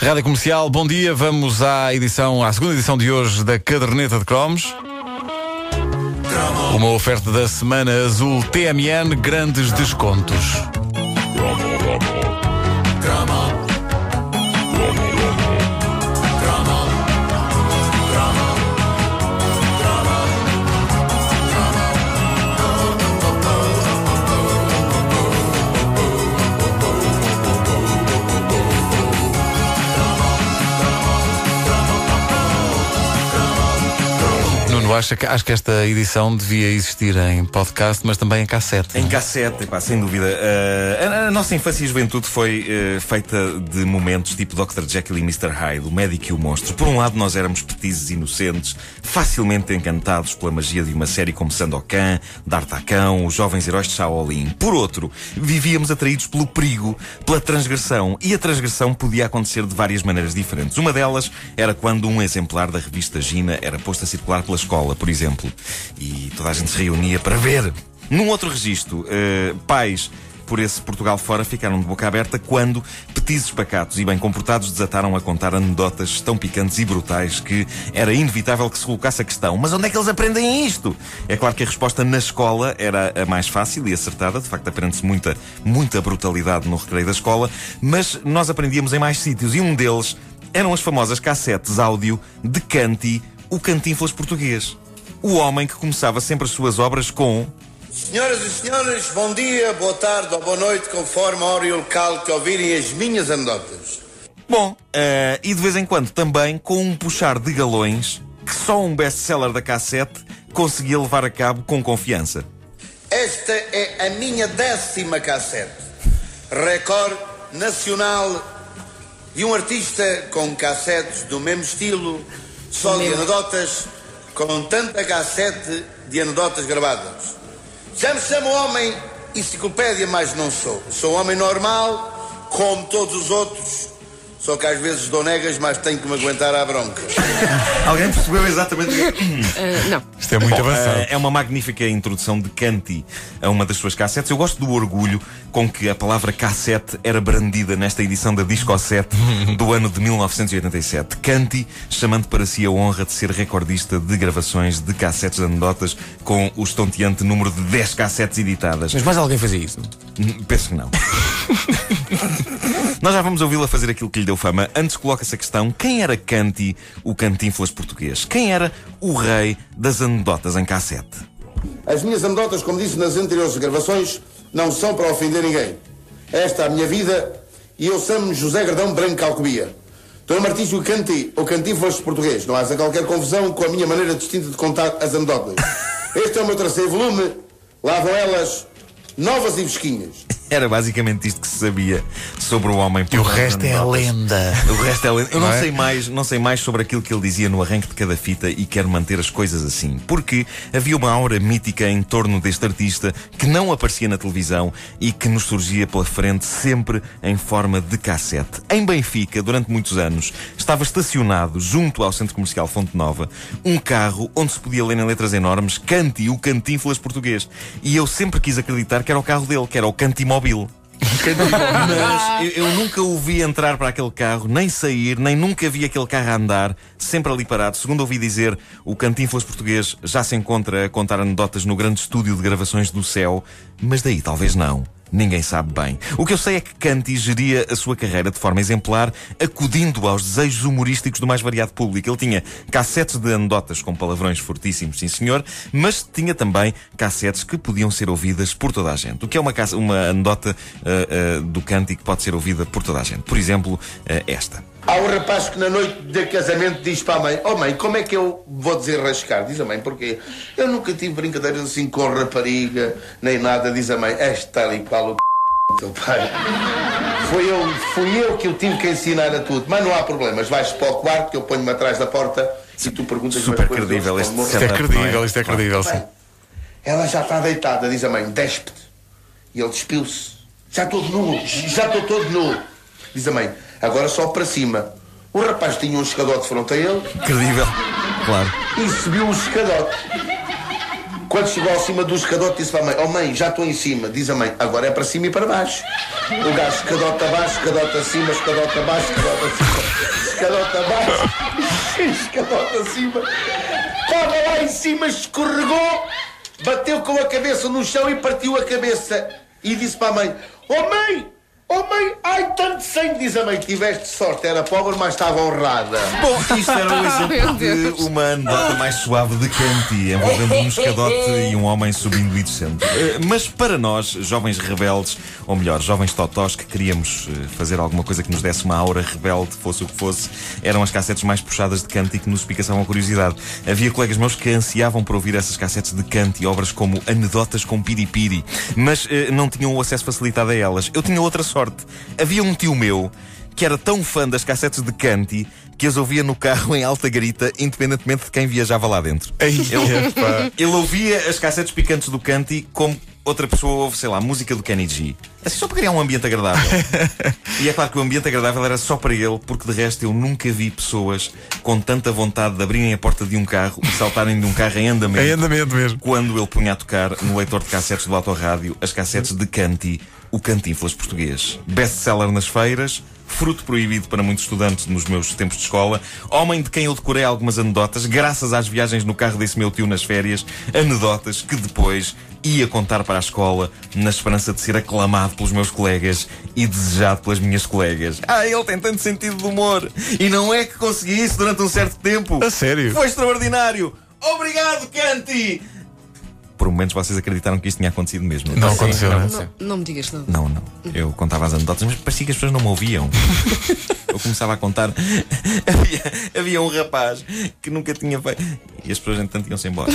Rádio Comercial, bom dia. Vamos à segunda edição de hoje da Caderneta de Cromos. Uma oferta da Semana Azul TMN, grandes descontos. Acho que esta edição devia existir em podcast, mas também em cassete. Em cassete, epá, sem dúvida. A nossa infância e juventude foi feita de momentos tipo Dr. Jekyll e Mr. Hyde, o médico e o monstro. Por um lado, nós éramos petizes inocentes, facilmente encantados pela magia de uma série como Sandokan, D'Artagnan, os jovens heróis de Shaolin. Por outro, vivíamos atraídos pelo perigo, pela transgressão. E a transgressão podia acontecer de várias maneiras diferentes. Uma delas era quando um exemplar da revista Gina era posto a circular pela escola, por exemplo, e toda a gente se reunia para ver. Num outro registro, pais por esse Portugal fora ficaram de boca aberta quando petizes pacatos e bem comportados desataram a contar anedotas tão picantes e brutais que era inevitável que se colocasse a questão: mas onde é que eles aprendem isto? É claro que a resposta na escola era a mais fácil e acertada. De facto, aprende-se muita brutalidade no recreio da escola, mas nós aprendíamos em mais sítios, e um deles eram as famosas cassetes áudio de Canti, o Cantinflas português. O homem que começava sempre as suas obras com: Senhoras e senhores, bom dia, boa tarde ou boa noite, conforme a hora e o local que ouvirem as minhas anedotas. Bom, e de vez em quando também com um puxar de galões que só um best-seller da cassete conseguia levar a cabo com confiança. Esta é a minha 10ª cassete. Recorde nacional de um artista com cassetes do mesmo estilo, só de anedotas, com tanta cassete de anedotas gravadas. Já me chamo homem enciclopédia, mas não sou. Sou um homem normal, como todos os outros. Só que às vezes dou negas, mas tenho que me aguentar à bronca. Alguém percebeu exatamente? Não. Isto é muito avançado. É uma magnífica introdução de Canti a uma das suas cassetes. Eu gosto do orgulho com que a palavra cassete era brandida nesta edição da Discossete do ano de 1987. Canti chamando para si a honra de ser recordista de gravações de cassetes de anedotas, com o estonteante número de 10 cassetes editadas. Mas mais alguém fazia isso? Penso que não. Nós já vamos ouvi-la fazer aquilo que lhe deu fama. Antes coloca-se a questão: quem era Canti, o Cantinflas português? Quem era o rei das anedotas em cassete? As minhas anedotas, como disse nas anteriores gravações, não são para ofender ninguém. Esta é a minha vida e eu chamo-me José Gardão Branco Calcobia. Estou no artístico Canti, ou Cantinflas português. Não haja qualquer confusão com a minha maneira distinta de contar as anedotas. Este é o meu terceiro volume. Lá vão elas, novas e fresquinhas. Era basicamente isto que se sabia sobre o homem. E o resto é lenda. O resto é lenda. Eu não sei mais sobre aquilo que ele dizia no arranque de cada fita, e quero manter as coisas assim. Porque havia uma aura mítica em torno deste artista que não aparecia na televisão e que nos surgia pela frente sempre em forma de cassete. Em Benfica, durante muitos anos, estava estacionado junto ao Centro Comercial Fonte Nova um carro onde se podia ler em letras enormes: Canti, o Cantinflas português. E eu sempre quis acreditar que era o carro dele, que era o Cantimóvel. Mas eu nunca o vi entrar para aquele carro, nem sair, nem nunca vi aquele carro a andar, sempre ali parado. Segundo ouvi dizer, o Cantinflas português já se encontra a contar anedotas no grande estúdio de gravações do Céu, mas daí talvez não. Ninguém sabe bem. O que eu sei é que Canti geria a sua carreira de forma exemplar, acudindo aos desejos humorísticos do mais variado público. Ele tinha cassetes de anedotas com palavrões fortíssimos, sim senhor, mas tinha também cassetes que podiam ser ouvidas por toda a gente. O que é uma anedota do Canti que pode ser ouvida por toda a gente? Por exemplo, esta. Há um rapaz que na noite de casamento diz para a mãe: oh mãe, como é que eu vou desenrascar? Diz a mãe: porquê? Eu nunca tive brincadeiras assim com rapariga, nem nada. Diz a mãe: és tal e qual o teu pai. Fui eu que o tive que ensinar a tudo. Mas não há problemas, vais para o quarto que eu ponho-me atrás da porta e tu perguntas super umas coisas. Credível, isto é credível, sim. Ela já está deitada, diz a mãe: despe-te. E ele despiu-se: já estou todo nu. Diz a mãe: agora só para cima. O rapaz tinha um escadote frente a ele. Credível, claro. E subiu o escadote. Quando chegou ao cima do escadote, disse para a mãe: oh mãe, já estou em cima. Diz a mãe: agora é para cima e para baixo. O gajo escadote abaixo, escadote acima, escadote abaixo, escadote acima. escadota abaixo, escadota acima. Estava lá em cima, escorregou, bateu com a cabeça no chão e partiu a cabeça. E disse para a mãe: Oh mãe, ai, tanto sangue. Diz a mãe: tiveste sorte, era pobre, mas estava honrada. Bom, isto era o exemplo de uma anedota mais suave de Canty, envolvendo um escadote e um homem subindo e descendo. Mas para nós, jovens rebeldes, ou melhor, jovens totós que queríamos fazer alguma coisa que nos desse uma aura rebelde, fosse o que fosse, eram as cassetes mais puxadas de Canty que nos espicaçavam a curiosidade. Havia colegas meus que ansiavam por ouvir essas cassetes de Canty, obras como Anedotas com Piripiri, mas não tinham o acesso facilitado a elas. Eu tinha outra sorte. Havia um tio meu que era tão fã das cassetes de Canty que as ouvia no carro em alta garita, independentemente de quem viajava lá dentro. Ele ouvia as cassetes picantes do Canty como outra pessoa ouve, sei lá, música do Kenny G. Assim, só para criar um ambiente agradável. E é claro que o ambiente agradável era só para ele, porque de resto eu nunca vi pessoas com tanta vontade de abrirem a porta de um carro e saltarem de um carro em andamento. Em andamento mesmo. Quando ele punha a tocar no leitor de cassetes do autorrádio as cassetes de Canty, o Cantinflas português. Best-seller nas feiras, fruto proibido para muitos estudantes nos meus tempos de escola, homem de quem eu decorei algumas anedotas, graças às viagens no carro desse meu tio nas férias, anedotas que depois ia contar para a escola na esperança de ser aclamado pelos meus colegas e desejado pelas minhas colegas. Ele tem tanto sentido de humor! E não é que consegui isso durante um certo tempo. A sério? Foi extraordinário! Obrigado, Canty! Por momentos vocês acreditaram que isto tinha acontecido mesmo. Não aconteceu, não, né? não me digas não. Não. Eu contava as anedotas, mas parecia que as pessoas não me ouviam. Eu começava a contar. Havia um rapaz que nunca tinha feito. E as pessoas, entretanto, iam-se embora.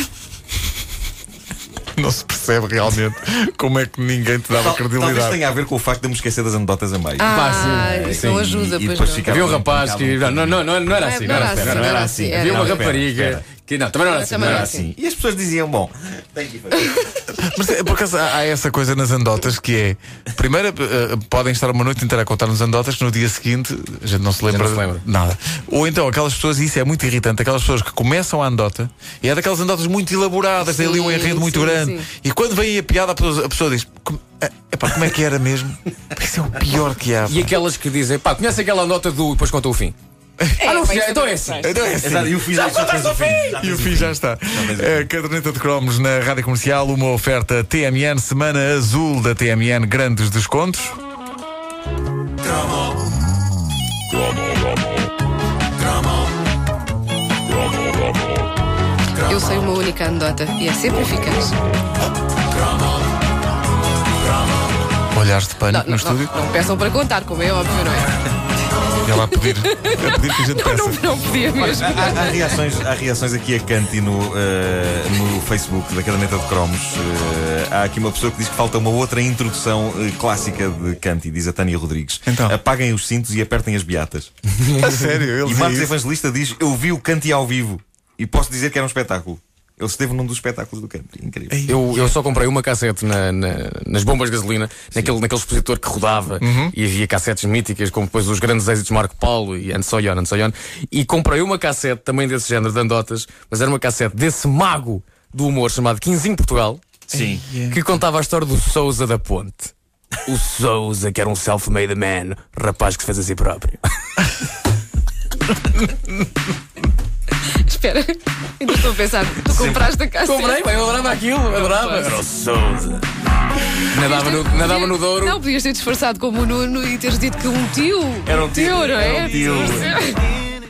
Não se percebe realmente como é que ninguém te dava credibilidade. Talvez tenha a ver com o facto de me esquecer das anedotas a meio. Isso não ajuda, e pois depois não. ficava Havia um rapaz que. Não era assim. Não era assim. Havia uma Era. rapariga que. Não, também não era assim. Também Não não era era assim. E as pessoas diziam: bom, tem que ir fazer. Mas por acaso há essa coisa nas anedotas que é: primeiro podem estar uma noite inteira a contar-nos anedotas que no dia seguinte a gente não se lembra não se lembra. de nada. Ou então aquelas pessoas, e isso é muito irritante, aquelas pessoas que começam a anedota e é daquelas anedotas muito elaboradas, tem ali um enredo muito grande, e quando vem a piada a pessoa diz: como é que era mesmo? Isso é o pior que há. E aquelas que dizem, conhece aquela nota do. E depois conta o fim. Não sei, então é assim. Exato, e o fim já está. E o fim já está. Caderneta de cromos na Rádio Comercial, uma oferta TMN, Semana Azul da TMN, grandes descontos. Eu sei uma única anedota e é sempre eficaz. Olhares de pânico no estúdio. Não peçam para contar, como é óbvio, não é? E ela a pedir que a gente peça. Não podia mesmo. Há reações aqui a Canty no Facebook da Caderneta de Cromos. Há aqui uma pessoa que diz que falta uma outra introdução clássica de Canty, diz a Tânia Rodrigues. Então. Apaguem os cintos e apertem as beatas. A sério, ele E diz Marcos isso. Evangelista diz: eu vi o Canty ao vivo e posso dizer que era um espetáculo. Ele esteve num dos espetáculos do Canty. Incrível. Eu só comprei uma cassete nas bombas de gasolina, naquele expositor que rodava, e havia cassetes míticas, como depois os grandes êxitos de Marco Paulo e and so on. E comprei uma cassete também desse género de anedotas, mas era uma cassete desse mago do humor chamado Quinzinho Portugal, Sim. que contava a história do Sousa da Ponte. O Sousa, que era um self-made man, rapaz que se fez a si próprio. Espera, ainda estou a pensar. Tu compraste a cassete. Comprei, eu adorava aquilo, adorava. Era o Sousa. Nadava no Douro. Não, podias ter disfarçado como o Nuno e teres dito que um tio. Era um tio, não é? era um tio.